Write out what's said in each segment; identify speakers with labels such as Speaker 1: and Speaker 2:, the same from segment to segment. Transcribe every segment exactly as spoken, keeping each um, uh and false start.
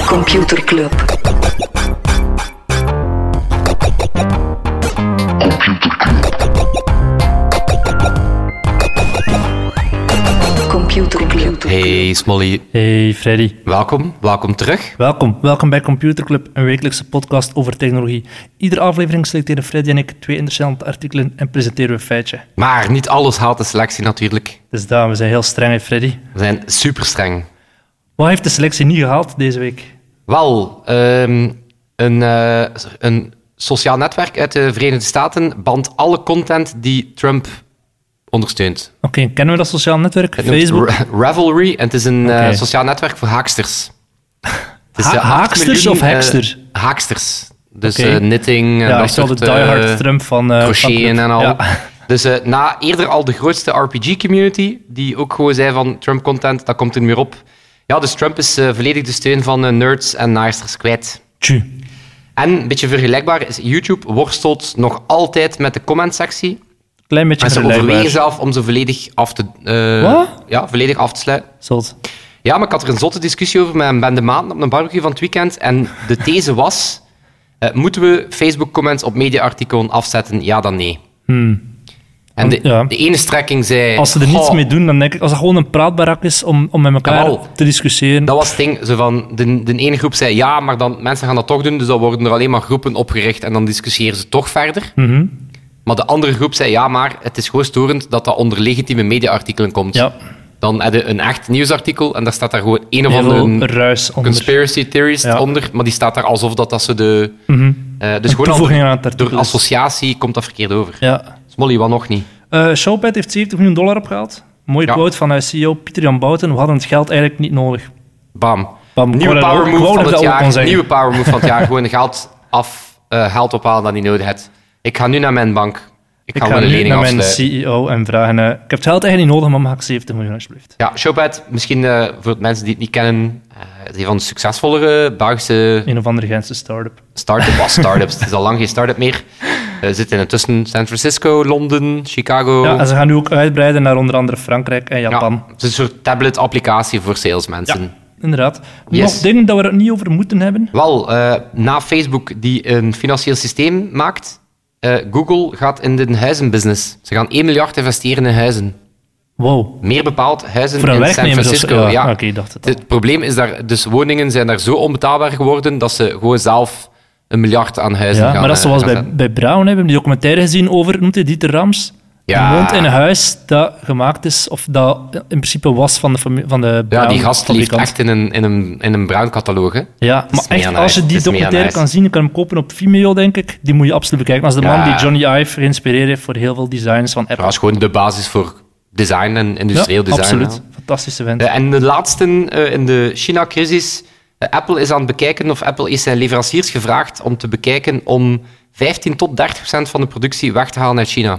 Speaker 1: Computer Club. Computer Club.
Speaker 2: Hey Smolly.
Speaker 3: Hey Freddy.
Speaker 2: Welkom, welkom terug.
Speaker 3: Welkom, welkom bij Computer Club, een wekelijkse podcast over technologie. Iedere aflevering selecteren Freddy en ik twee interessante artikelen en presenteren we een feitje.
Speaker 2: Maar niet alles haalt de selectie natuurlijk.
Speaker 3: Dus daar, we zijn heel streng, hè Freddy.
Speaker 2: We zijn super streng.
Speaker 3: Wat heeft de selectie niet gehaald deze week?
Speaker 2: Wel, um, een, uh, een sociaal netwerk uit de Verenigde Staten bant alle content die Trump ondersteunt.
Speaker 3: Oké, okay, kennen we dat sociaal netwerk?
Speaker 2: Het Facebook? Ra- Ravelry, en het is een okay. uh, sociaal netwerk voor haaksters.
Speaker 3: Het is, ha- uh, haaksters miljoen, of hacksters?
Speaker 2: Uh, haaksters. Dus okay. uh, knitting,
Speaker 3: ja,
Speaker 2: dat soort...
Speaker 3: de diehard uh, Trump van... Uh,
Speaker 2: crocheten en al. Ja. Dus uh, na eerder al de grootste R P G-community, die ook gewoon zei van Trump-content, dat komt er nu weer op. Ja, dus Trump is uh, volledig de steun van uh, nerds en naaisters kwijt.
Speaker 3: Tju.
Speaker 2: En een beetje vergelijkbaar is YouTube worstelt nog altijd met de comment-sectie.
Speaker 3: Klein beetje
Speaker 2: en ze overwegen zelf om ze volledig af te, uh,
Speaker 3: Wat?
Speaker 2: ja, volledig af te sluiten.
Speaker 3: Zot.
Speaker 2: Ja, maar ik had er een zotte discussie over met een bende maanden op een barbecue van het weekend. En de these was, uh, moeten we Facebook-comments op media-artikelen afzetten? Ja, dan nee.
Speaker 3: Hmm.
Speaker 2: En de, ja. de ene strekking zei...
Speaker 3: Als ze er niets mee doen, dan denk ik... Als het gewoon een praatbarak is om, om met elkaar Kamal, te discussiëren...
Speaker 2: Dat was het ding. Zo van, de, de ene groep zei ja, maar dan, mensen gaan dat toch doen, dus dan worden er alleen maar groepen opgericht en dan discussiëren ze toch verder.
Speaker 3: Mm-hmm.
Speaker 2: Maar de andere groep zei ja, maar het is gewoon storend dat dat onder legitieme media-artikelen komt.
Speaker 3: Ja.
Speaker 2: Dan heb je een echt nieuwsartikel en daar staat daar gewoon een of andere
Speaker 3: ruis onder.
Speaker 2: Conspiracy theorist ja. onder, maar die staat daar alsof dat, dat ze de...
Speaker 3: Mm-hmm.
Speaker 2: Uh, dus
Speaker 3: een
Speaker 2: gewoon al,
Speaker 3: aan het
Speaker 2: door associatie komt dat verkeerd over.
Speaker 3: Ja.
Speaker 2: Smolly, wat nog niet?
Speaker 3: Uh, Showpad heeft zeventig miljoen dollar opgehaald. Mooie ja. quote van uh, C E O Pieter Jan Bouten. We hadden het geld eigenlijk niet nodig.
Speaker 2: Bam.
Speaker 3: Bam.
Speaker 2: Nieuwe power move van het jaar. Nieuwe power move van het jaar. Gewoon geld af, uh, geld ophalen dat niet nodig hebt. Ik ga nu naar mijn bank. Ik ga,
Speaker 3: ik ga
Speaker 2: nu
Speaker 3: naar
Speaker 2: afsluiten.
Speaker 3: mijn C E O en vragen... Uh, ik heb het geld eigenlijk niet nodig, maar mag ik zeventig miljoen alsjeblieft?
Speaker 2: Ja, Showpad, misschien uh, voor de mensen die het niet kennen, uh, een van de succesvollere Belgische...
Speaker 3: Een of andere Gentse start-up.
Speaker 2: Start-up was start-ups. Het is al lang geen start-up meer. We uh, zitten intussen San Francisco, Londen, Chicago...
Speaker 3: Ja, en ze gaan nu ook uitbreiden naar onder andere Frankrijk en Japan.
Speaker 2: Ja, het is een soort tablet-applicatie voor salesmensen.
Speaker 3: Ja, inderdaad.
Speaker 2: Yes.
Speaker 3: Nog dingen dat we er niet over moeten hebben?
Speaker 2: Wel, uh, na Facebook die een financieel systeem maakt... Uh, Google gaat in de huizenbusiness. Ze gaan één miljard investeren in huizen.
Speaker 3: Wow.
Speaker 2: Meer bepaald huizen
Speaker 3: Voor een
Speaker 2: in San Francisco.
Speaker 3: Ja,
Speaker 2: ja.
Speaker 3: Okay, dacht het,
Speaker 2: het probleem is daar, dus woningen zijn daar zo onbetaalbaar geworden dat ze gewoon zelf een miljard aan huizen
Speaker 3: ja,
Speaker 2: gaan.
Speaker 3: Maar dat is zoals
Speaker 2: bij,
Speaker 3: bij Brown, hebben we die documentaire gezien over, noemt hij Dieter Rams?
Speaker 2: Ja.
Speaker 3: Die woont in een huis dat gemaakt is, of dat in principe was van de, van de Brown.
Speaker 2: Ja, die gast leeft echt in een, in een, in een Brown-cataloog. Hè.
Speaker 3: Ja, maar echt, als je die documentaire kan zien, je kan hem kopen op Vimeo, denk ik, die moet je absoluut bekijken. Als de ja. man die Johnny Ive geïnspireerd heeft voor heel veel designs van Apple.
Speaker 2: Dat is gewoon de basis voor design en industrieel
Speaker 3: ja,
Speaker 2: design.
Speaker 3: Absoluut. Ja. Fantastische vent.
Speaker 2: Uh, en de laatste uh, in de China-crisis. Uh, Apple is aan het bekijken, of Apple is zijn leveranciers gevraagd om te bekijken om vijftien tot dertig procent van de productie weg te halen uit China.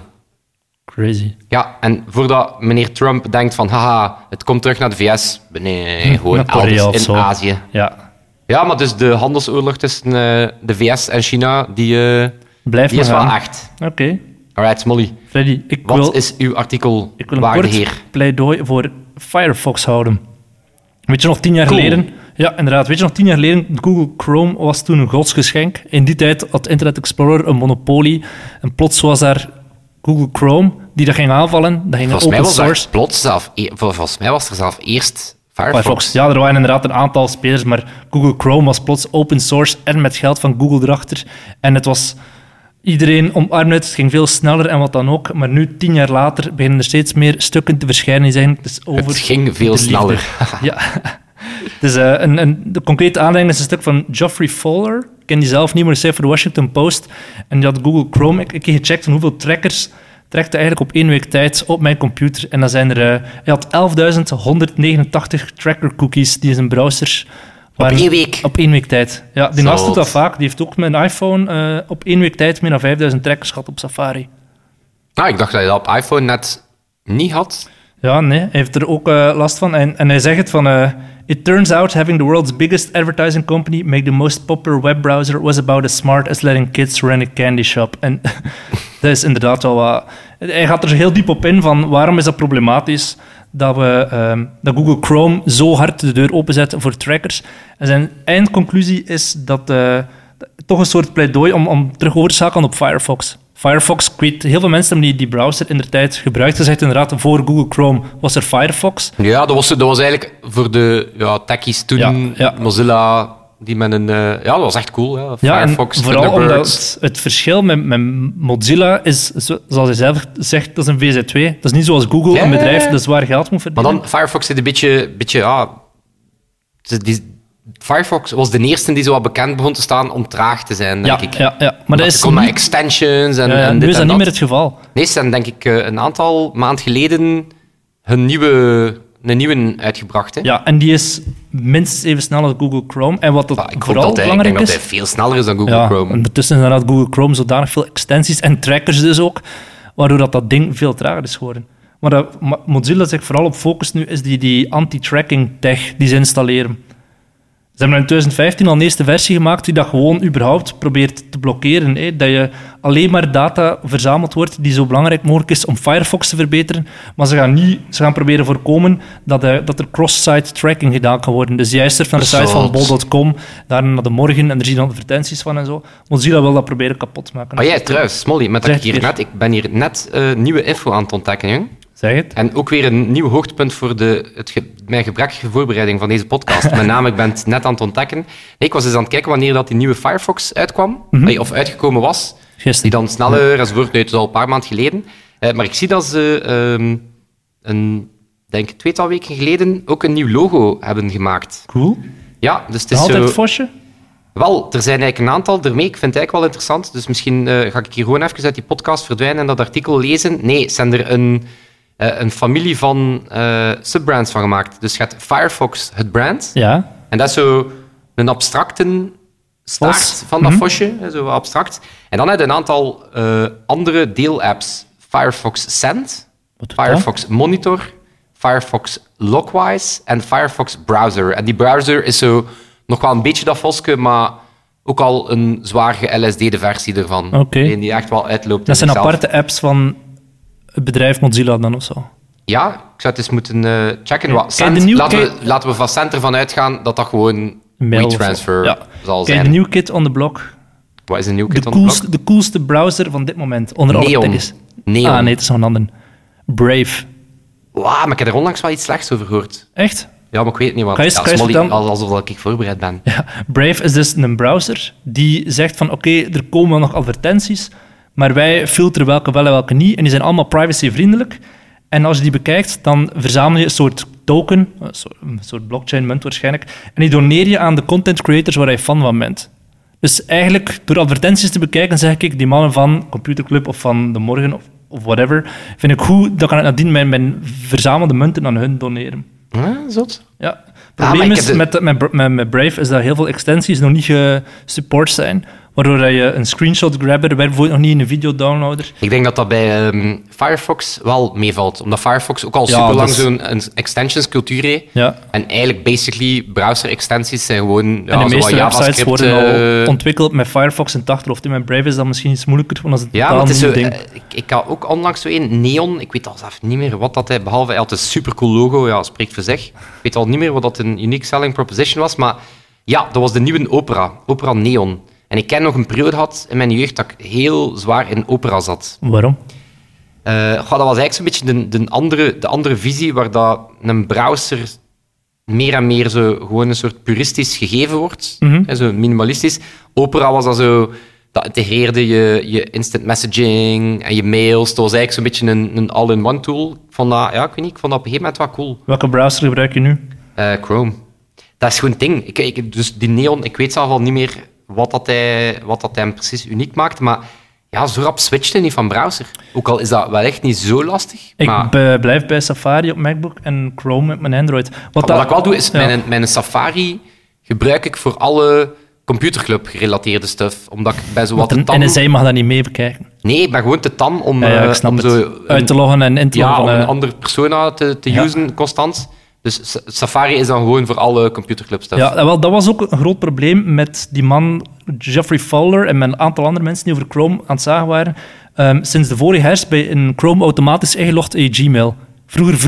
Speaker 3: Crazy.
Speaker 2: Ja, en voordat meneer Trump denkt van haha, het komt terug naar de V S. Nee, nee gewoon elders in
Speaker 3: zo.
Speaker 2: Azië.
Speaker 3: Ja.
Speaker 2: Ja, maar dus de handelsoorlog tussen uh, de V S en China, die, uh,
Speaker 3: Blijft
Speaker 2: die is
Speaker 3: gaan.
Speaker 2: wel echt.
Speaker 3: Oké. Okay.
Speaker 2: Alright, Smolly.
Speaker 3: Freddy, ik
Speaker 2: Wat
Speaker 3: wil,
Speaker 2: is uw artikel,
Speaker 3: ik wil een
Speaker 2: waarde
Speaker 3: kort
Speaker 2: heer?
Speaker 3: pleidooi voor Firefox houden. Weet je nog, tien jaar
Speaker 2: cool.
Speaker 3: geleden... Ja, inderdaad. Weet je nog, tien jaar geleden, Google Chrome was toen een godsgeschenk. In die tijd had Internet Explorer een monopolie. En plots was daar Google Chrome, die dat ging aanvallen. Dat ging
Speaker 2: volgens,
Speaker 3: open
Speaker 2: mij was
Speaker 3: source.
Speaker 2: er plots zelf, volgens mij was er zelf eerst Firefox.
Speaker 3: Firefox. Ja, er waren inderdaad een aantal spelers, maar Google Chrome was plots open source en met geld van Google erachter. En het was... Iedereen omarmde het, het ging veel sneller en wat dan ook. Maar nu, tien jaar later, beginnen er steeds meer stukken te verschijnen. Die zijn, het, is over
Speaker 2: het ging veel sneller.
Speaker 3: Ja. Dus, uh, een, een, de concrete aanleiding is een stuk van Geoffrey Fowler. Ik ken die zelf niet, maar hij schreef voor de Washington Post. En die had Google Chrome. Ik, ik heb gecheckt van hoeveel trackers trekte eigenlijk op één week tijd op mijn computer. En dan zijn er... Uh, hij had elfduizend honderdnegenentachtig tracker cookies die in zijn browser...
Speaker 2: Op één week?
Speaker 3: Op één week tijd. Ja, die gast doet dat vaak. Die heeft ook met een iPhone uh, op één week tijd meer dan vijfduizend trackers gehad op Safari.
Speaker 2: Ah, ik dacht dat je dat op iPhone net niet had.
Speaker 3: Ja, nee. Hij heeft er ook uh, last van. En, en hij zegt het van... Uh, It turns out having the world's biggest advertising company make the most popular web browser was about as smart as letting kids run a candy shop. En dat is inderdaad wel wat... Hij gaat er heel diep op in van waarom is dat problematisch dat, we, um, dat Google Chrome zo hard de deur openzet voor trackers. En zijn eindconclusie is dat uh, toch een soort pleidooi om, om terug over te schakelen op Firefox. Firefox, ik weet, heel veel mensen hebben die, die browser in de tijd gebruikt. Gezegd inderdaad, voor Google Chrome was er Firefox.
Speaker 2: Ja, dat was, dat was eigenlijk voor de ja, techies toen,
Speaker 3: ja, ja.
Speaker 2: Mozilla, die met een... Uh, ja, dat was echt cool. Ja. Firefox,
Speaker 3: ja, vooral omdat het, het verschil met, met Mozilla is, zoals hij zelf zegt, dat is een V Z twee. Dat is niet zoals Google, ja, een bedrijf dat zwaar geld moet verdienen.
Speaker 2: Maar dan, Firefox is een beetje... beetje ja, die, Firefox was de eerste die zo wat bekend begon te staan om traag te zijn, denk
Speaker 3: ja,
Speaker 2: ik.
Speaker 3: Ja, ja. Maar dat is
Speaker 2: kon
Speaker 3: niet...
Speaker 2: met extensions en,
Speaker 3: ja, ja,
Speaker 2: en
Speaker 3: nu
Speaker 2: dit
Speaker 3: is dat
Speaker 2: en
Speaker 3: niet
Speaker 2: dat.
Speaker 3: meer het geval.
Speaker 2: Nee, ze zijn denk ik een aantal maand geleden hun nieuwe, een nieuwe uitgebracht. Hè?
Speaker 3: Ja, en die is minstens even snel als Google Chrome. En wat dat
Speaker 2: ja, ik
Speaker 3: vooral
Speaker 2: dat hij,
Speaker 3: belangrijk
Speaker 2: ik denk
Speaker 3: is...
Speaker 2: dat hij veel sneller is dan Google
Speaker 3: ja,
Speaker 2: Chrome.
Speaker 3: Ondertussen is inderdaad Google Chrome zodanig veel extensies en trackers dus ook, waardoor dat, dat ding veel trager is geworden. Maar dat Mozilla zich vooral op focust nu, is die, die anti-tracking tech die ze installeren. Ze hebben in twintig vijftien al een eerste versie gemaakt die dat gewoon überhaupt probeert te blokkeren. Hè? Dat je alleen maar data verzameld wordt die zo belangrijk mogelijk is om Firefox te verbeteren. Maar ze gaan, niet, ze gaan proberen voorkomen dat, er, dat er cross-site tracking gedaan kan worden. Dus jij surft naar de site van bol punt com, daar naar de morgen en er zien dan advertenties van en zo. Mozilla wil dat proberen kapot te maken.
Speaker 2: Oh ja, trouwens, Smolly, met dat ik, hier net, ik ben hier net uh, nieuwe info aan het ontdekken, jong.
Speaker 3: Zeg het.
Speaker 2: En ook weer een nieuw hoogtepunt voor de, het ge, mijn gebrekkige voorbereiding van deze podcast. Met name, ik ben het net aan het ontdekken. Nee, ik was eens aan het kijken wanneer dat die nieuwe Firefox uitkwam, mm-hmm. of uitgekomen was.
Speaker 3: Gisteren.
Speaker 2: Die dan sneller, ja. enzovoort, nee, het is al een paar maanden geleden. Uh, maar ik zie dat ze, um, een, denk ik, tweetal weken geleden ook een nieuw logo hebben gemaakt.
Speaker 3: Cool.
Speaker 2: Ja, dus het is
Speaker 3: altijd
Speaker 2: zo...
Speaker 3: het vosje?
Speaker 2: Wel, er zijn eigenlijk een aantal ermee. Ik vind het eigenlijk wel interessant. Dus misschien uh, ga ik hier gewoon even uit die podcast verdwijnen en dat artikel lezen. Nee, zijn er een... Uh, een familie van uh, subbrands van gemaakt. Dus je hebt Firefox, het brand.
Speaker 3: Ja.
Speaker 2: En dat is zo een abstracte staart Vos. van dat mm-hmm. vosje. Zo abstract. En dan heb je een aantal uh, andere deelapps. Firefox Send, Firefox dat? Monitor, Firefox Lockwise en Firefox Browser. En die browser is zo nog wel een beetje dat vosje, maar ook al een zwaar ge-L S D'de versie ervan.
Speaker 3: Okay.
Speaker 2: Die echt wel uitloopt.
Speaker 3: Dat zijn
Speaker 2: zichzelf.
Speaker 3: Aparte apps van... het bedrijf Mozilla dan of zo?
Speaker 2: Ja, ik zou het eens moeten uh, checken.
Speaker 3: Ja.
Speaker 2: Cent, nieuw laten, we, laten we van Cent ervan uitgaan dat dat gewoon WeTransfer ja. zal zijn.
Speaker 3: Kijk, de new kid on the block.
Speaker 2: Wat is een new kid
Speaker 3: de
Speaker 2: on
Speaker 3: coolste,
Speaker 2: the block?
Speaker 3: De coolste browser van dit moment. Onder
Speaker 2: Neon.
Speaker 3: alle is.
Speaker 2: Neon.
Speaker 3: Ah, nee, het is nog een ander. Brave.
Speaker 2: Wauw, maar ik heb er onlangs wel iets slechts over gehoord.
Speaker 3: Echt?
Speaker 2: Ja, maar ik weet het niet wat.
Speaker 3: Eens,
Speaker 2: ja, Smolly, dan... alsof ik voorbereid ben.
Speaker 3: Ja, Brave is dus een browser die zegt van oké, okay, er komen wel nog advertenties, maar wij filteren welke wel en welke niet. En die zijn allemaal privacyvriendelijk. En als je die bekijkt, dan verzamel je een soort token, een soort blockchain-munt waarschijnlijk, en die doneer je aan de content creators waar je fan van bent. Dus eigenlijk, door advertenties te bekijken, zeg ik, die mannen van Computerclub of van De Morgen of, of whatever, vind ik goed, dan kan ik nadien mijn, mijn verzamelde munten aan hun doneren.
Speaker 2: Ja, zot.
Speaker 3: Ja. Het probleem ah, is, de... met, met, met, met Brave is dat heel veel extensies nog niet gesupport zijn, waardoor je een screenshot grabber werkt bijvoorbeeld nog niet in een videodownloader.
Speaker 2: Ik denk dat dat bij um, Firefox wel meevalt, omdat Firefox ook al ja, super lang is... zo'n een extensions cultuur heeft.
Speaker 3: Ja.
Speaker 2: En eigenlijk basically browser extensies zijn gewoon ja,
Speaker 3: en de meeste websites worden
Speaker 2: uh...
Speaker 3: al ontwikkeld met Firefox in het achterhoofd. Met Brave is dat misschien iets moeilijker, want dat is een
Speaker 2: ja, maar het is zo,
Speaker 3: ding.
Speaker 2: Uh, ik, ik had ook onlangs zo een Neon, ik weet al zelf niet meer wat dat hij, behalve hij had een supercool logo, ja, spreekt voor zich. Ik weet al niet meer wat dat een unique selling proposition was, maar ja, dat was de nieuwe Opera, Opera Neon. En ik ken nog een periode had in mijn jeugd dat ik heel zwaar in Opera zat.
Speaker 3: Waarom?
Speaker 2: Uh, dat was eigenlijk zo'n beetje de, de, andere, de andere visie, waar dat een browser meer en meer zo gewoon een soort puristisch gegeven wordt. Mm-hmm. Hè, zo minimalistisch. Opera was dat zo... Dat integreerde je, je instant messaging en je mails. Dat was eigenlijk zo'n beetje een, een all-in-one tool. Ik vond dat, ja, ik weet niet, ik vond dat op een gegeven moment wel cool.
Speaker 3: Welke browser gebruik je nu?
Speaker 2: Uh, Chrome. Dat is gewoon het ding. Ik, ik, dus die Neon, ik weet zelf al niet meer... Wat dat, hij, wat dat hij hem precies uniek maakt. Maar ja, zo rap switcht hij niet van browser. Ook al is dat wel echt niet zo lastig.
Speaker 3: Ik
Speaker 2: maar...
Speaker 3: b- blijf bij Safari op MacBook en Chrome met mijn Android. Wat,
Speaker 2: wat
Speaker 3: dat...
Speaker 2: ik wel doe, is
Speaker 3: ja.
Speaker 2: mijn, mijn Safari gebruik ik voor alle Computerclub gerelateerde stuff. Omdat ik bij zo wat te tam...
Speaker 3: N S A mag dat niet mee bekijken.
Speaker 2: Nee, ik ben gewoon te tam om,
Speaker 3: ja, ja,
Speaker 2: om zo... Een...
Speaker 3: uit te loggen en in te loggen.
Speaker 2: Ja, om
Speaker 3: uh...
Speaker 2: een andere persona te, te
Speaker 3: ja.
Speaker 2: usen constant. Dus Safari is dan gewoon voor alle Computerclub stuff.
Speaker 3: Ja, wel, dat was ook een groot probleem met die man Geoffrey Fowler en met een aantal andere mensen die over Chrome aan het zagen waren. Um, sinds de vorige herfst bij in Chrome automatisch ingelogd in je Gmail. Vroeger vroeg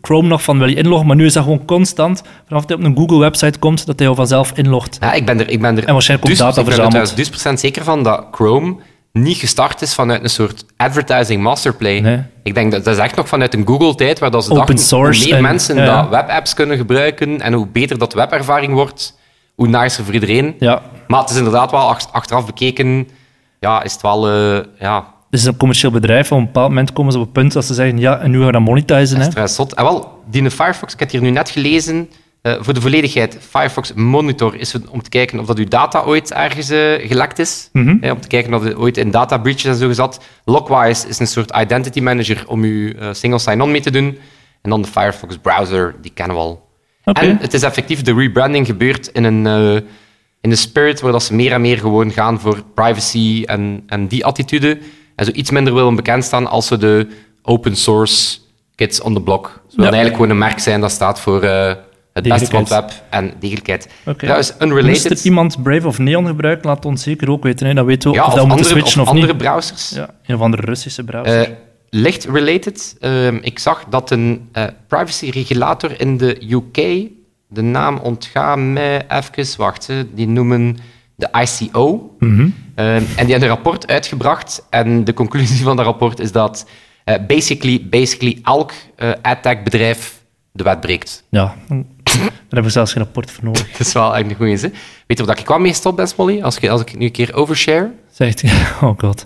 Speaker 3: Chrome nog van wil je inloggen, maar nu is dat gewoon constant, vanaf dat je op een Google-website komt, dat hij jou vanzelf inlogt.
Speaker 2: Ja, ik ben er, ik ben er
Speaker 3: en waarschijnlijk ook
Speaker 2: dus,
Speaker 3: data
Speaker 2: ik ben er
Speaker 3: verzameld.
Speaker 2: duizend procent zeker van dat Chrome niet gestart is vanuit een soort advertising masterplay.
Speaker 3: Nee.
Speaker 2: Ik denk dat dat is echt nog vanuit een Google-tijd, waar dat ze
Speaker 3: Open
Speaker 2: dachten,
Speaker 3: source
Speaker 2: hoe meer
Speaker 3: en-
Speaker 2: mensen
Speaker 3: ja, ja.
Speaker 2: dat webapps kunnen gebruiken en hoe beter dat de webervaring wordt, hoe nicer voor iedereen.
Speaker 3: Ja.
Speaker 2: Maar het is inderdaad wel ach- achteraf bekeken, ja, is het wel, eh, ja,
Speaker 3: Het is een commercieel bedrijf, op een bepaald moment komen ze op het punt dat ze zeggen, ja, en nu gaan we dat monetizen. Hè?
Speaker 2: dat is vrij zot. En wel, die Firefox, ik heb hier nu net gelezen, uh, voor de volledigheid, Firefox Monitor is om te kijken of dat uw data ooit ergens uh, gelekt is.
Speaker 3: Mm-hmm.
Speaker 2: Hè, om te kijken of het ooit in data breaches en zo gezat. Lockwise is een soort identity manager om uw uh, single sign-on mee te doen. En dan de Firefox browser, die kennen we al.
Speaker 3: Okay.
Speaker 2: En het is effectief de rebranding gebeurd in een, uh, in de spirit waar dat ze meer en meer gewoon gaan voor privacy en, en die attitude. En zo iets minder willen bekend staan als ze de open source kids on the block. Ze willen
Speaker 3: Ja.
Speaker 2: eigenlijk gewoon een merk zijn dat staat voor uh, het beste van het web en degelijkheid.
Speaker 3: Okay.
Speaker 2: Trouwens,
Speaker 3: Moest
Speaker 2: unrelated...
Speaker 3: er iemand Brave of Neon gebruiken, laat ons zeker ook weten. Hè. Dan weten we
Speaker 2: Ja,
Speaker 3: of,
Speaker 2: of,
Speaker 3: dat we moeten
Speaker 2: andere,
Speaker 3: switchen
Speaker 2: of
Speaker 3: of,
Speaker 2: andere
Speaker 3: niet.
Speaker 2: browsers.
Speaker 3: Ja, een of andere Russische browser.
Speaker 2: Uh, licht related. Uh, ik zag dat een uh, privacy-regulator in de U K, de naam ontgaat mij even, wacht, hè, die noemen de I C O.
Speaker 3: Mm-hmm.
Speaker 2: Uh, en die hebben een rapport uitgebracht. En de conclusie van dat rapport is dat uh, basically, basically elk uh, adtech-bedrijf de wet breekt.
Speaker 3: Ja, daar hebben we zelfs geen rapport voor nodig.
Speaker 2: Dat is wel eigenlijk een goeie zin. Weet je of ik kwam mee stop ben, Smolly? Als ik, als ik het nu een keer overshare?
Speaker 3: Zegt hij, oh god.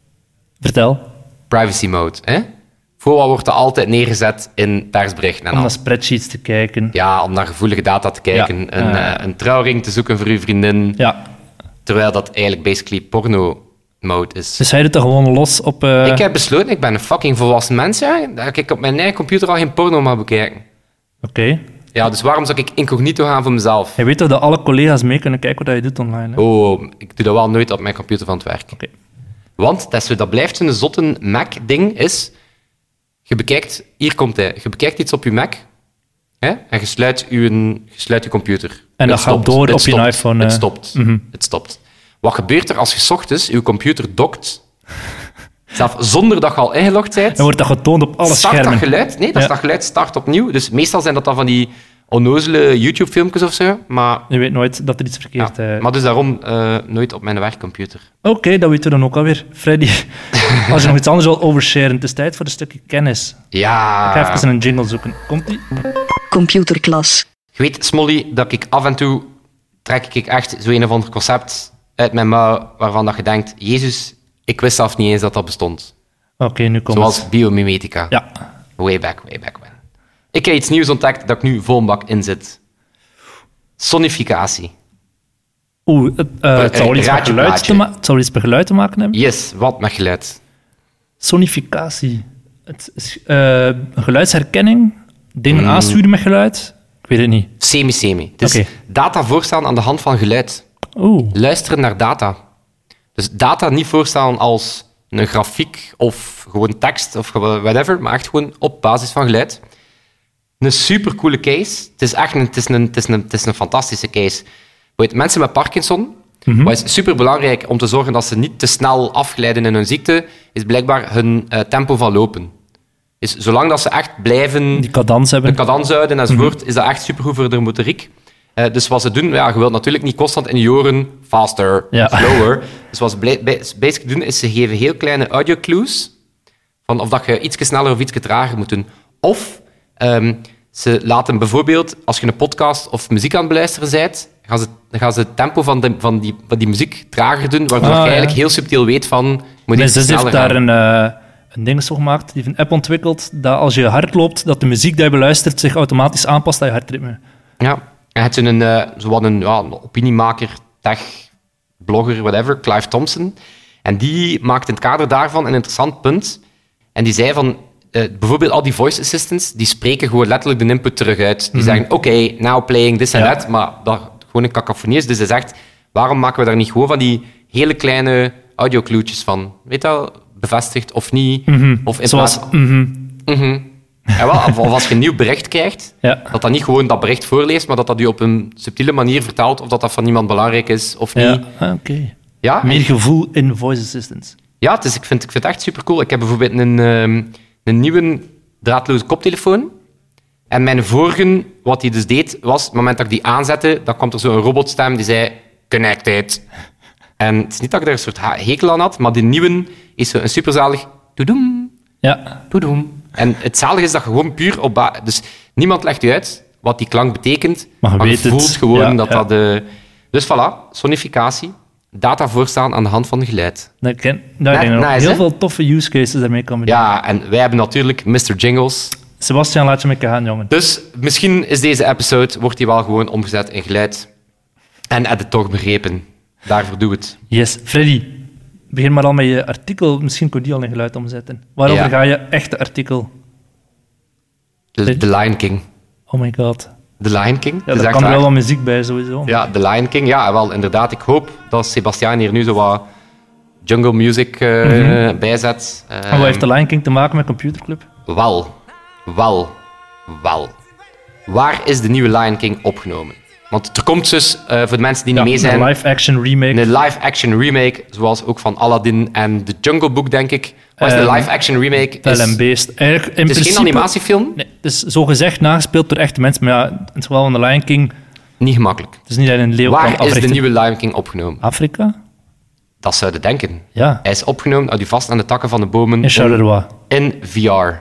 Speaker 3: Vertel.
Speaker 2: Privacy mode, hè? Voor wat wordt er altijd neergezet in persberichten en
Speaker 3: Om
Speaker 2: al.
Speaker 3: naar spreadsheets te kijken.
Speaker 2: Ja, om naar gevoelige data te kijken.
Speaker 3: Ja,
Speaker 2: Een,
Speaker 3: uh,
Speaker 2: uh, een trouwring te zoeken voor uw vriendin.
Speaker 3: Ja.
Speaker 2: Terwijl dat eigenlijk basically porno-mode is.
Speaker 3: Dus hij doet dat gewoon los op... Uh...
Speaker 2: Ik heb besloten, ik ben een fucking volwassen mens, ja, dat ik op mijn eigen computer al geen porno mag bekijken.
Speaker 3: Oké. Okay.
Speaker 2: Ja, dus waarom zou ik incognito gaan voor mezelf?
Speaker 3: Hij weet toch dat alle collega's mee kunnen kijken wat je doet online. Hè?
Speaker 2: Oh, ik doe dat wel nooit op mijn computer van het werk.
Speaker 3: Oké. Okay.
Speaker 2: Want dat, is zo, dat blijft zo'n zotte Mac-ding, is... Je bekijkt... Hier komt hij. Je bekijkt iets op je Mac, hè, en je sluit je, je, sluit je computer.
Speaker 3: En dat gaat door
Speaker 2: het
Speaker 3: op
Speaker 2: stopt.
Speaker 3: je iPhone.
Speaker 2: Het
Speaker 3: uh...
Speaker 2: stopt.
Speaker 3: Mm-hmm.
Speaker 2: Het stopt. Wat gebeurt er als je 's ochtends je computer dokt, zelf zonder dat je al ingelogd bent?
Speaker 3: Dan wordt dat getoond op alle
Speaker 2: start
Speaker 3: schermen.
Speaker 2: dat geluid? Nee, dat,
Speaker 3: ja.
Speaker 2: dat geluid start opnieuw. Dus meestal zijn dat dan van die onnozele YouTube-filmpjes of zo. Maar,
Speaker 3: je weet nooit dat er iets verkeerd is.
Speaker 2: ja,
Speaker 3: Uh...
Speaker 2: maar dus daarom uh, nooit op mijn werkcomputer.
Speaker 3: Oké, okay, dat weten we dan ook alweer. Freddy, als je nog iets anders wil oversharen, het is tijd voor een stukje kennis.
Speaker 2: Ja.
Speaker 3: Ik ga even een jingle zoeken. Komt-ie?
Speaker 1: Computerklas.
Speaker 2: Je weet, Smolly, dat ik af en toe trek ik echt zo een of ander concept uit mijn mouw waarvan dat je denkt, Jezus, ik wist zelf niet eens dat dat bestond.
Speaker 3: Oké, okay, nu komt
Speaker 2: Zoals
Speaker 3: het.
Speaker 2: biomimetica.
Speaker 3: Ja.
Speaker 2: Way back, way back when. Ik heb iets nieuws ontdekt dat ik nu vol een bak in zit. Sonificatie.
Speaker 3: Oeh, het, uh, het, zou iets met geluid te ma- het zou iets met geluid te maken hebben?
Speaker 2: Yes, wat met geluid?
Speaker 3: Sonificatie. Het is uh, geluidsherkenning, dingen
Speaker 2: Mm.
Speaker 3: aansturen met geluid. Ik weet het niet.
Speaker 2: Semi-semi. Het is
Speaker 3: Oké.
Speaker 2: data voorstellen aan de hand van geluid.
Speaker 3: Oeh.
Speaker 2: Luisteren naar data. Dus data niet voorstellen als een grafiek of gewoon tekst of whatever, maar echt gewoon op basis van geluid. Een supercoole case. Het is echt een, het is een, het is een, het is een fantastische case. Weet, mensen met Parkinson,
Speaker 3: Mm-hmm.
Speaker 2: wat is superbelangrijk om te zorgen dat ze niet te snel afglijden in hun ziekte, is blijkbaar hun uh, tempo van lopen. Dus zolang dat ze echt blijven
Speaker 3: Die cadans hebben.
Speaker 2: de cadans houden enzovoort,
Speaker 3: Mm-hmm.
Speaker 2: is dat echt supergoed voor de motoriek. Uh, dus wat ze doen, ja, je wilt natuurlijk niet constant in je oren faster,
Speaker 3: Ja.
Speaker 2: slower. Dus wat ze blij- basic doen, is ze geven heel kleine audio clues van of dat je iets sneller of iets trager moet doen. Of um, ze laten bijvoorbeeld, als je een podcast of muziek aan het beluisteren bent, gaan ze, dan gaan ze het tempo van, de, van, die, van die muziek trager doen, waardoor
Speaker 3: Ah,
Speaker 2: je
Speaker 3: ja.
Speaker 2: eigenlijk heel subtiel weet van, moet
Speaker 3: Mijn
Speaker 2: iets
Speaker 3: zus
Speaker 2: sneller
Speaker 3: heeft daar
Speaker 2: gaan.
Speaker 3: een, uh, een ding zo gemaakt, die heeft een app ontwikkeld, dat als je hard loopt, dat de muziek die je beluistert zich automatisch aanpast aan je hartritme.
Speaker 2: Ja, en het is een, uh, zowat een, ja, een opiniemaker, tech, blogger, whatever, Clive Thompson. En die maakt in het kader daarvan een interessant punt. En die zei van, uh, bijvoorbeeld al die voice assistants, die spreken gewoon letterlijk de input terug uit. Die
Speaker 3: Mm-hmm.
Speaker 2: zeggen, oké, okay, now playing this and
Speaker 3: Ja.
Speaker 2: that, maar dat gewoon een cacophonie is. Dus hij zegt, waarom maken we daar niet gewoon van die hele kleine audiokluwtjes van? Weet je wel, bevestigd of niet?
Speaker 3: Mm-hmm.
Speaker 2: Of in
Speaker 3: Zoals...
Speaker 2: plaats-
Speaker 3: Mm-hmm.
Speaker 2: Mhm. Ja, wel, of als je een nieuw bericht krijgt,
Speaker 3: Ja.
Speaker 2: dat dat niet gewoon dat bericht voorleest, maar dat dat je op een subtiele manier vertaalt of dat dat van iemand belangrijk is of niet.
Speaker 3: Ja, ah, oké. Okay.
Speaker 2: Ja,
Speaker 3: Meer gevoel in voice assistants.
Speaker 2: ja dus ik vind, ik vind het echt supercool. Ik heb bijvoorbeeld een, um, een nieuwe draadloze koptelefoon En mijn vorige, wat hij dus deed, was... Op het moment dat ik die aanzette, dan kwam er zo'n robotstem die zei... Connected. En het is niet dat ik er een soort hekel aan had, maar die nieuwe is zo een superzalig... Toedoem.
Speaker 3: Ja.
Speaker 2: Toedoem. En het zalige is dat je gewoon puur op... Ba- dus niemand legt je uit wat die klank betekent,
Speaker 3: Maar je
Speaker 2: maar je
Speaker 3: weet het.
Speaker 2: voelt gewoon
Speaker 3: Ja,
Speaker 2: dat
Speaker 3: ja.
Speaker 2: dat... De... Dus voilà, sonificatie. Data voorstaan aan de hand van geluid.
Speaker 3: Dat ken, nou, ik denk dat er
Speaker 2: nice,
Speaker 3: heel
Speaker 2: hè?
Speaker 3: veel toffe use cases daarmee kan bedenken.
Speaker 2: Ja, en wij hebben natuurlijk mister Jingles.
Speaker 3: Sebastian, laat je me gaan, jongen.
Speaker 2: Dus misschien is deze episode, wordt die wel gewoon omgezet in geluid. En heb het toch begrepen. Daarvoor doe het.
Speaker 3: Yes. Freddy, begin maar al met je artikel. Misschien kun je die al in geluid omzetten. Waarover
Speaker 2: Ja.
Speaker 3: ga je echte artikel?
Speaker 2: The, The Lion King.
Speaker 3: Oh my god.
Speaker 2: The Lion King.
Speaker 3: Ja,
Speaker 2: is
Speaker 3: daar
Speaker 2: echt
Speaker 3: kan er
Speaker 2: waar.
Speaker 3: wel wat muziek bij, sowieso.
Speaker 2: Ja, The Lion King. Ja, wel, inderdaad. Ik hoop dat Sebastiaan hier nu zo wat jungle music eh,
Speaker 3: Mhm.
Speaker 2: bijzet.
Speaker 3: En wat heeft de Lion King te maken met Computerclub?
Speaker 2: Wel, wel, wel. Waar is de nieuwe Lion King opgenomen? Want er komt dus, eh, voor de mensen die niet mee zijn,
Speaker 3: een live-action remake.
Speaker 2: een live-action remake, zoals ook van Aladdin en The Jungle Book, denk ik. Wat is de
Speaker 3: Ehm,
Speaker 2: live-action remake?
Speaker 3: Vel en
Speaker 2: Is,
Speaker 3: beest. Eigenlijk, in
Speaker 2: het is
Speaker 3: principe,
Speaker 2: geen animatiefilm,
Speaker 3: Nee, het is zogezegd nagespeeld door echte mensen. Maar ja, in het geval van de Lion King,
Speaker 2: niet gemakkelijk.
Speaker 3: het is niet dat je een leeuw kan
Speaker 2: Waar is de
Speaker 3: africhten.
Speaker 2: nieuwe Lion King opgenomen?
Speaker 3: Afrika?
Speaker 2: Dat zouden denken.
Speaker 3: Ja.
Speaker 2: Hij is opgenomen, houdt u vast aan de takken van de bomen,
Speaker 3: In Charleroi.
Speaker 2: in V R.
Speaker 3: Oké,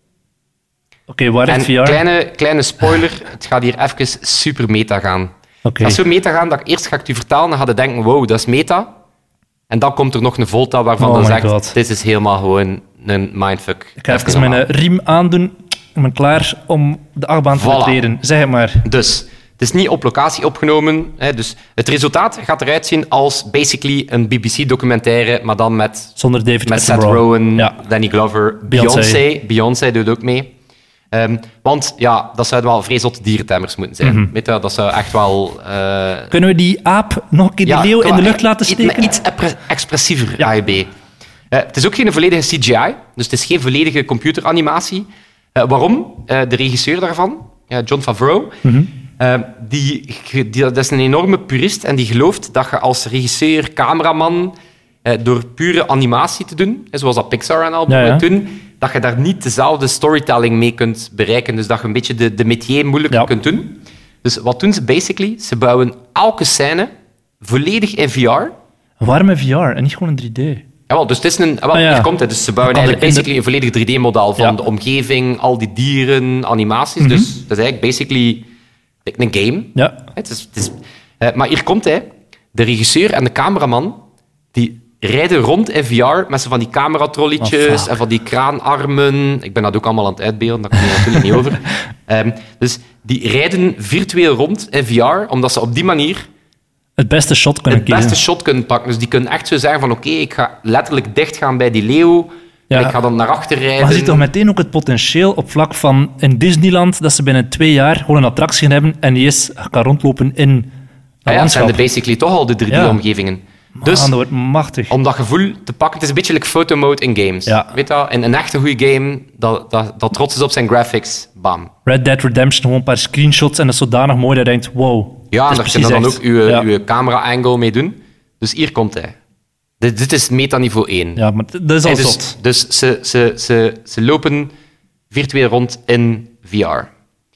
Speaker 3: waar
Speaker 2: En
Speaker 3: is V R?
Speaker 2: kleine, kleine spoiler, het gaat hier even super meta gaan.
Speaker 3: Oké.
Speaker 2: Het gaat zo meta gaan dat ik eerst ga ik het u vertalen en ga je denken, wow, dat is meta. En dan komt er nog een volta waarvan
Speaker 3: Oh
Speaker 2: dan
Speaker 3: my
Speaker 2: zegt,
Speaker 3: God.
Speaker 2: dit is helemaal gewoon een mindfuck.
Speaker 3: Ik ga even mijn eh, riem aandoen. Ik ben klaar om de achtbaan te
Speaker 2: Voilà.
Speaker 3: betreden. Zeg het maar.
Speaker 2: Dus, het is niet op locatie opgenomen. Hè, dus het resultaat gaat eruit zien als basically een B B C-documentaire, maar dan met,
Speaker 3: Zonder David
Speaker 2: met Seth
Speaker 3: Attenborough.
Speaker 2: Rogen,
Speaker 3: Ja.
Speaker 2: Danny Glover,
Speaker 3: Beyoncé.
Speaker 2: Beyoncé. Beyoncé doet ook mee. Ehm, want ja, dat zouden wel vreselijke dierentemmers moeten zijn.
Speaker 3: Mhm.
Speaker 2: Weet je, dat zou echt wel... eh,
Speaker 3: Kunnen we die aap nog een keer die
Speaker 2: Ja,
Speaker 3: leeuw in
Speaker 2: qua-
Speaker 3: de lucht laten
Speaker 2: iets-
Speaker 3: steken?
Speaker 2: met Iets epre- expressiever,
Speaker 3: Ja.
Speaker 2: A E B. Eh, het is ook geen volledige C G I, dus het is geen volledige computeranimatie. Eh, waarom? Eh, de regisseur daarvan, eh, Jon Favreau,
Speaker 3: Mhm.
Speaker 2: eh, die, die, dat is een enorme purist en die gelooft dat je als regisseur, cameraman, eh, door pure animatie te doen, eh, zoals dat Pixar en al
Speaker 3: Ja, ja.
Speaker 2: doen, dat je daar niet dezelfde storytelling mee kunt bereiken. Dus dat je een beetje de, de métier moeilijker
Speaker 3: Ja.
Speaker 2: kunt doen. Dus wat doen ze basically? Ze bouwen elke scène volledig in V R.
Speaker 3: Waarom in V R en niet gewoon in drie D?
Speaker 2: Jawel, dus het is een... Wel,
Speaker 3: Ah, ja.
Speaker 2: hier komt het. Dus ze bouwen
Speaker 3: Dan kan
Speaker 2: eigenlijk
Speaker 3: de- in de-
Speaker 2: basically een volledig drie D-model van
Speaker 3: Ja.
Speaker 2: de omgeving, al die dieren, animaties.
Speaker 3: Mhm.
Speaker 2: Dus dat is eigenlijk basically een game.
Speaker 3: Ja.
Speaker 2: Het is, het is, eh, maar hier komt hij. De regisseur en de cameraman, die rijden rond in V R met zo van die cameratrolletjes
Speaker 3: Oh, fuck.
Speaker 2: en van die kraanarmen. Ik ben dat ook allemaal aan het uitbeelden, daar kom je natuurlijk niet over. Ehm, dus die rijden virtueel rond in V R, omdat ze op die manier
Speaker 3: Het beste shot kunnen
Speaker 2: het
Speaker 3: kiezen.
Speaker 2: beste shot kunnen pakken. Dus die kunnen echt zo zeggen van oké, ik ga letterlijk dicht gaan bij die leeuw.
Speaker 3: Ja.
Speaker 2: En ik ga dan naar achter rijden.
Speaker 3: Maar je ziet toch meteen ook het potentieel op vlak van in Disneyland dat ze binnen twee jaar gewoon een attractie gaan hebben en die is gaan rondlopen in een
Speaker 2: Ah ja, het
Speaker 3: landschap.
Speaker 2: zijn de basically toch al de drie
Speaker 3: Ja.
Speaker 2: D-omgevingen.
Speaker 3: Man,
Speaker 2: Dus
Speaker 3: dat wordt machtig.
Speaker 2: om dat gevoel te pakken, het is een beetje like photomode in games.
Speaker 3: Ja.
Speaker 2: Weet je, in een echte goede game, dat, dat, dat trots is op zijn graphics, bam.
Speaker 3: Red Dead Redemption, gewoon een paar screenshots en dat is zodanig mooi dat je denkt, wow.
Speaker 2: Ja, en
Speaker 3: dat
Speaker 2: daar
Speaker 3: is
Speaker 2: kun je dan
Speaker 3: precies
Speaker 2: ook uw,
Speaker 3: echt. Ja.
Speaker 2: uw camera-angle mee doen. Dus hier komt hij. Dit, dit is metaniveau één.
Speaker 3: Ja, maar dat is al
Speaker 2: Hey, dus
Speaker 3: zot.
Speaker 2: dus ze, ze, ze, ze lopen virtueel rond in V R.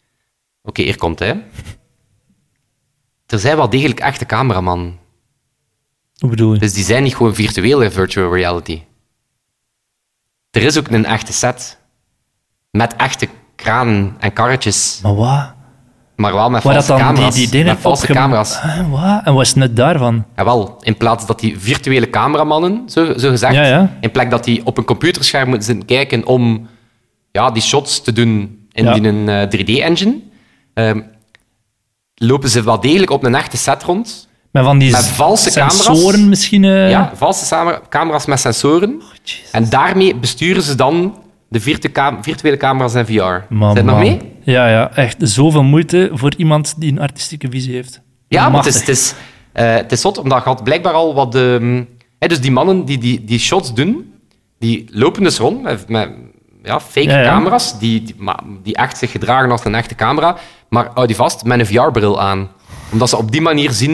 Speaker 2: Oké, hier komt hij. Er zijn wel degelijk echte cameraman.
Speaker 3: Hoe bedoel je?
Speaker 2: Dus die zijn niet gewoon virtueel in virtual reality. Er is ook een echte set. Met echte kranen en karretjes.
Speaker 3: Maar wat?
Speaker 2: Maar wel met
Speaker 3: Waar dat
Speaker 2: valse
Speaker 3: dan die,
Speaker 2: camera's.
Speaker 3: die dingen
Speaker 2: met valse
Speaker 3: opgem-
Speaker 2: camera's.
Speaker 3: Ah, wat? En wat is het net daarvan?
Speaker 2: En wel, in plaats dat die virtuele cameramannen, zo, zo gezegd,
Speaker 3: Ja, ja.
Speaker 2: in plaats dat die op een computerscherm moeten zitten kijken om ja, die shots te doen in
Speaker 3: Ja.
Speaker 2: die een eh, drie D-engine, ehm, lopen ze wel degelijk op een echte set rond.
Speaker 3: Met van die
Speaker 2: Met valse
Speaker 3: sensoren
Speaker 2: camera's.
Speaker 3: misschien? eh?
Speaker 2: Ja, valse samen- camera's met sensoren.
Speaker 3: Jezus.
Speaker 2: En daarmee besturen ze dan de virtu- cam- virtuele camera's in V R.
Speaker 3: Man,
Speaker 2: Zijn je nog
Speaker 3: man.
Speaker 2: mee?
Speaker 3: Ja, ja, echt zoveel moeite voor iemand die een artistieke visie heeft.
Speaker 2: Ja, maar het
Speaker 3: Machtig.
Speaker 2: is, het, is, eh, het is zot, omdat je had blijkbaar al wat... ehm, hè, dus die mannen die, die die shots doen, die lopen dus rond met, met ja, fake
Speaker 3: Ja, ja.
Speaker 2: camera's, die, die, maar die echt zich gedragen als een echte camera, maar houd die vast, met een V R-bril aan. Omdat ze op die manier zien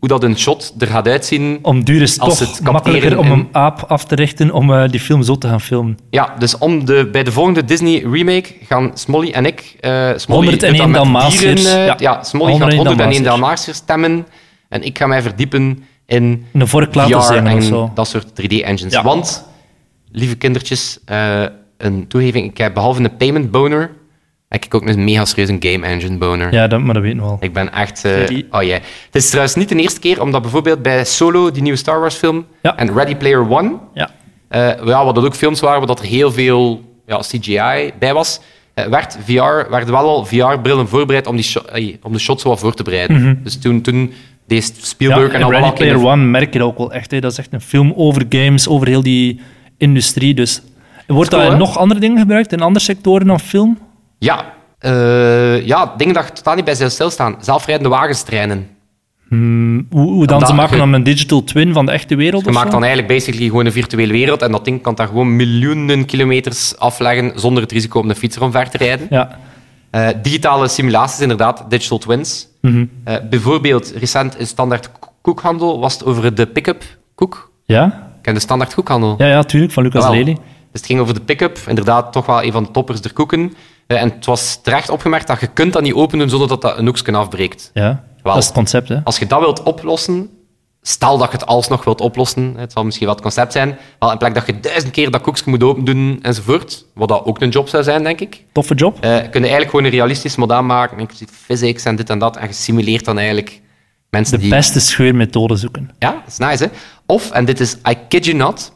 Speaker 2: hoe dat een shot er gaat uitzien.
Speaker 3: Om duur is
Speaker 2: Als
Speaker 3: toch
Speaker 2: het capteren
Speaker 3: makkelijker om
Speaker 2: in-
Speaker 3: een aap af te richten om uh, die film zo te gaan filmen.
Speaker 2: Ja, dus om de, bij de volgende Disney remake gaan Smolly en ik... Uh, Smolly doet
Speaker 3: honderdéén
Speaker 2: dat met
Speaker 3: Dalmatiërs.
Speaker 2: dieren, uh,
Speaker 3: Ja.
Speaker 2: ja, Smolly gaat
Speaker 3: honderdéén
Speaker 2: honderdéén
Speaker 3: Dalmatiërs.
Speaker 2: Dalmatiërs stemmen en ik ga mij verdiepen in
Speaker 3: In een vork
Speaker 2: V
Speaker 3: laten
Speaker 2: R
Speaker 3: zingen
Speaker 2: en
Speaker 3: of zo.
Speaker 2: dat soort drie D-engines.
Speaker 3: Ja.
Speaker 2: Want, lieve kindertjes, uh, een toegeving, ik heb behalve een payment boner, heb ik ook een mega serieuze game engine boner.
Speaker 3: Ja, dat, maar dat weten we al.
Speaker 2: Ik ben echt... uh,
Speaker 3: Ready.
Speaker 2: oh yeah. Het is trouwens niet de eerste keer, omdat bijvoorbeeld bij Solo, die nieuwe Star Wars film,
Speaker 3: Ja.
Speaker 2: en Ready Player One,
Speaker 3: Ja.
Speaker 2: uh, ja, wat dat ook films waren, waar dat er heel veel ja, C G I bij was, uh, werd V R, werden wel al V R-brillen voorbereid om, die sho- ey, om de shot zo wat voor te bereiden.
Speaker 3: Mhm.
Speaker 2: Dus toen, toen deed
Speaker 3: Ja,
Speaker 2: Spielberg
Speaker 3: en
Speaker 2: en allemaal...
Speaker 3: Ready Player One merk je dat ook wel echt. Hè. Dat is echt een film over games, over heel die industrie. Dus wordt
Speaker 2: Cool,
Speaker 3: dat in
Speaker 2: hè?
Speaker 3: nog andere dingen gebruikt, in andere sectoren dan film?
Speaker 2: Ja, uh, ja, dingen dat totaal niet bij zich stilstaan. Zelfrijdende wagenstreinen.
Speaker 3: Hmm, hoe, hoe dan?
Speaker 2: Omdat
Speaker 3: Ze maken
Speaker 2: je-
Speaker 3: dan een digital twin van de echte wereld
Speaker 2: Je
Speaker 3: of
Speaker 2: maakt
Speaker 3: zo?
Speaker 2: dan eigenlijk basically gewoon een virtuele wereld en dat ding kan daar gewoon miljoenen kilometers afleggen zonder het risico om de fiets omver te rijden.
Speaker 3: Ja.
Speaker 2: Uh, digitale simulaties, inderdaad, digital twins.
Speaker 3: Mhm.
Speaker 2: Uh, bijvoorbeeld, recent in Standaard Ko- Koekhandel was het over de pick-up koek.
Speaker 3: Ja?
Speaker 2: Ken de Standaard Koekhandel?
Speaker 3: Ja, ja, tuurlijk, van Lucas
Speaker 2: Jawel.
Speaker 3: Lely.
Speaker 2: Dus het ging over de pick-up, inderdaad toch wel een van de toppers der koeken. Uh, en het was terecht opgemerkt dat je kunt dat niet openen zonder dat dat een hoekje afbreekt.
Speaker 3: Ja,
Speaker 2: Wel.
Speaker 3: dat is het concept, hè.
Speaker 2: Als je dat wilt oplossen, stel dat je het alsnog wilt oplossen, het zal misschien wel het concept zijn, wel in plek dat je duizend keer dat koekje moet opendoen enzovoort, wat dat ook een job zou zijn, denk ik,
Speaker 3: Toffe job.
Speaker 2: uh, kun je eigenlijk gewoon een realistisch model maken, inclusief physics en dit en dat, en je simuleert dan eigenlijk mensen
Speaker 3: De
Speaker 2: die...
Speaker 3: beste scheurmethode zoeken.
Speaker 2: Ja, dat is nice, hè? Of, en dit is I kid you not,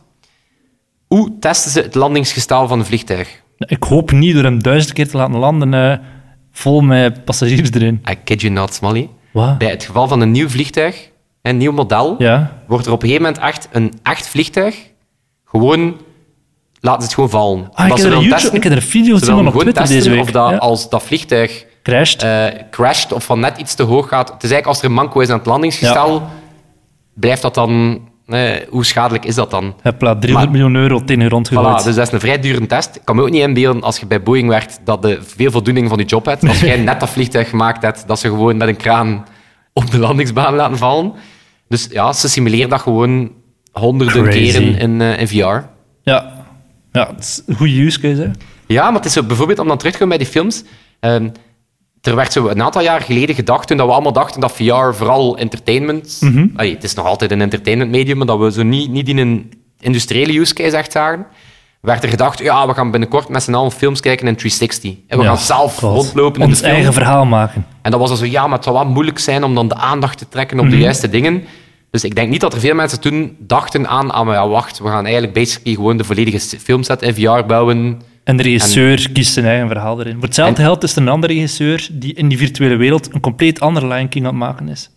Speaker 2: hoe testen ze het landingsgestel van een vliegtuig?
Speaker 3: Ik hoop niet door hem duizend keer te laten landen, eh, vol met passagiers erin.
Speaker 2: I kid you not, Smally.
Speaker 3: Wat?
Speaker 2: Bij het geval van een nieuw vliegtuig, een nieuw model,
Speaker 3: Ja.
Speaker 2: wordt er op een gegeven moment echt een echt vliegtuig gewoon... Laten ze het gewoon vallen.
Speaker 3: Ah, ik,
Speaker 2: Omdat
Speaker 3: heb
Speaker 2: ze
Speaker 3: er
Speaker 2: willen
Speaker 3: YouTube,
Speaker 2: testen-
Speaker 3: ik heb er een video
Speaker 2: ze
Speaker 3: gezien
Speaker 2: willen
Speaker 3: van op
Speaker 2: gewoon
Speaker 3: Twitter
Speaker 2: testen
Speaker 3: deze week.
Speaker 2: of dat,
Speaker 3: Ja.
Speaker 2: als dat vliegtuig
Speaker 3: Crashed.
Speaker 2: eh, crasht of van net iets te hoog gaat. Het is eigenlijk als er een manco is aan het landingsgestel, blijft dat dan... eh, hoe schadelijk is dat dan?
Speaker 3: Hopla, driehonderd miljoen euro tegen de grond gegooid.
Speaker 2: Voilà, dus dat is een vrij dure test. Ik kan me ook niet inbeelden als je bij Boeing werkt dat je veel voldoening van je job hebt. Als jij net dat vliegtuig gemaakt hebt, dat ze gewoon met een kraan op de landingsbaan laten vallen. Dus ja, ze simuleren dat gewoon honderden
Speaker 3: Crazy.
Speaker 2: keren in, eh, in V R.
Speaker 3: Ja. Ja, het is een goede use case, hè.
Speaker 2: Ja, maar het is zo, bijvoorbeeld om dan terug te komen bij die films. ehm, er werd zo een aantal jaar geleden gedacht, toen dat we allemaal dachten dat V R vooral entertainment...
Speaker 3: Mhm.
Speaker 2: Allee, het is nog altijd een entertainment medium, maar dat we zo niet, niet in een industriële use case echt zagen. Werd er gedacht, ja, we gaan binnenkort met z'n allen films kijken in driehonderdzestig. En we
Speaker 3: Ja,
Speaker 2: gaan zelf
Speaker 3: God.
Speaker 2: rondlopen in
Speaker 3: Ons
Speaker 2: de film.
Speaker 3: eigen verhaal maken.
Speaker 2: En dat was dan zo, ja, maar het zou wel moeilijk zijn om dan de aandacht te trekken op
Speaker 3: Mhm.
Speaker 2: de juiste dingen. Dus ik denk niet dat er veel mensen toen dachten aan, ah, maar ja, wacht, we gaan eigenlijk basically gewoon de volledige filmset in V R bouwen.
Speaker 3: En de regisseur kiest zijn eigen verhaal erin. Voor hetzelfde
Speaker 2: En-
Speaker 3: geld is er een andere regisseur die in die virtuele wereld een compleet andere Lion King aan het maken is.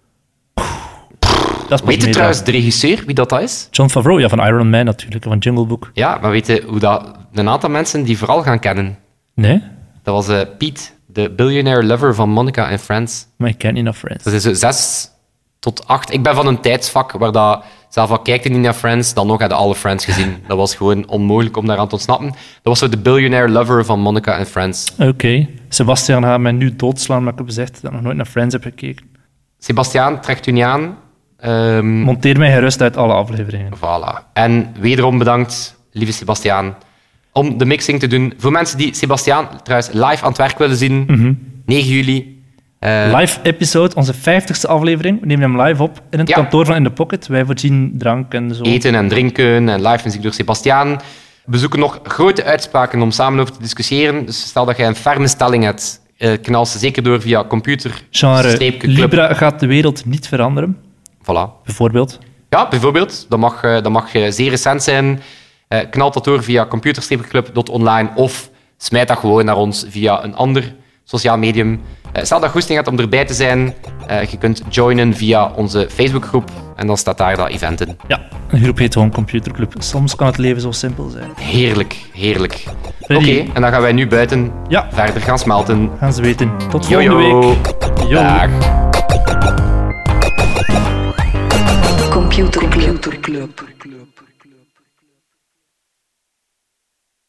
Speaker 3: Dat is pas
Speaker 2: Weet je
Speaker 3: meta.
Speaker 2: trouwens de regisseur, wie dat, dat is?
Speaker 3: John Favreau, ja, van Iron Man natuurlijk, van Jungle Book.
Speaker 2: Ja, maar weet je hoe dat een aantal mensen die vooral gaan kennen?
Speaker 3: Nee?
Speaker 2: Dat was eh Pete, de billionaire lover van Monica en Friends.
Speaker 3: Maar ik ken niet naar Friends.
Speaker 2: Dat is zo zes tot acht. Ik ben van een tijdsvak waar dat, zelf al kijkte niet naar Friends, dan nog hadden alle Friends gezien. Dat was gewoon onmogelijk om daaraan te ontsnappen. Dat was zo de billionaire lover van Monica en Friends.
Speaker 3: Oké. Sebastian gaat mij nu doodslaan, maar ik heb gezegd dat ik nog nooit naar Friends heb gekeken.
Speaker 2: Sebastiaan, trekt u niet aan. Ehm,
Speaker 3: Monteer mij gerust uit alle afleveringen.
Speaker 2: Voilà. En wederom bedankt, lieve Sebastiaan, om de mixing te doen. Voor mensen die Sebastiaan trouwens live aan het werk willen zien, negen juli. eh,
Speaker 3: Live episode, onze vijftigste aflevering. We nemen hem live op in het
Speaker 2: Ja.
Speaker 3: kantoor van In The Pocket. Wij voorzien drank en zo.
Speaker 2: Eten en drinken en live muziek door Sebastiaan. We zoeken nog grote uitspraken om samen over te discussiëren. Dus stel dat jij een ferme stelling hebt, eh, knal ze zeker door via computer.
Speaker 3: Genre,
Speaker 2: streepje club.
Speaker 3: Libra gaat de wereld niet veranderen,
Speaker 2: Voilà.
Speaker 3: bijvoorbeeld.
Speaker 2: Ja, bijvoorbeeld. Dat mag, eh, dat mag eh, zeer recent zijn. Eh knal dat door via computer-club dot online of smijt dat gewoon naar ons via een ander sociaal medium. Eh, stel dat je goesting hebt om erbij te zijn, eh, je kunt joinen via onze Facebookgroep en dan staat daar dat event in.
Speaker 3: Ja, een groep heet gewoon Computerclub. Soms kan het leven zo simpel zijn.
Speaker 2: Heerlijk, heerlijk. Oké,
Speaker 3: Ready?
Speaker 2: en dan gaan wij nu buiten
Speaker 3: Ja.
Speaker 2: verder gaan smelten.
Speaker 3: Gaan ze weten. Tot
Speaker 2: Yo,
Speaker 3: volgende
Speaker 2: yo.
Speaker 3: week. Yo.
Speaker 2: Dag.
Speaker 1: Computerclub.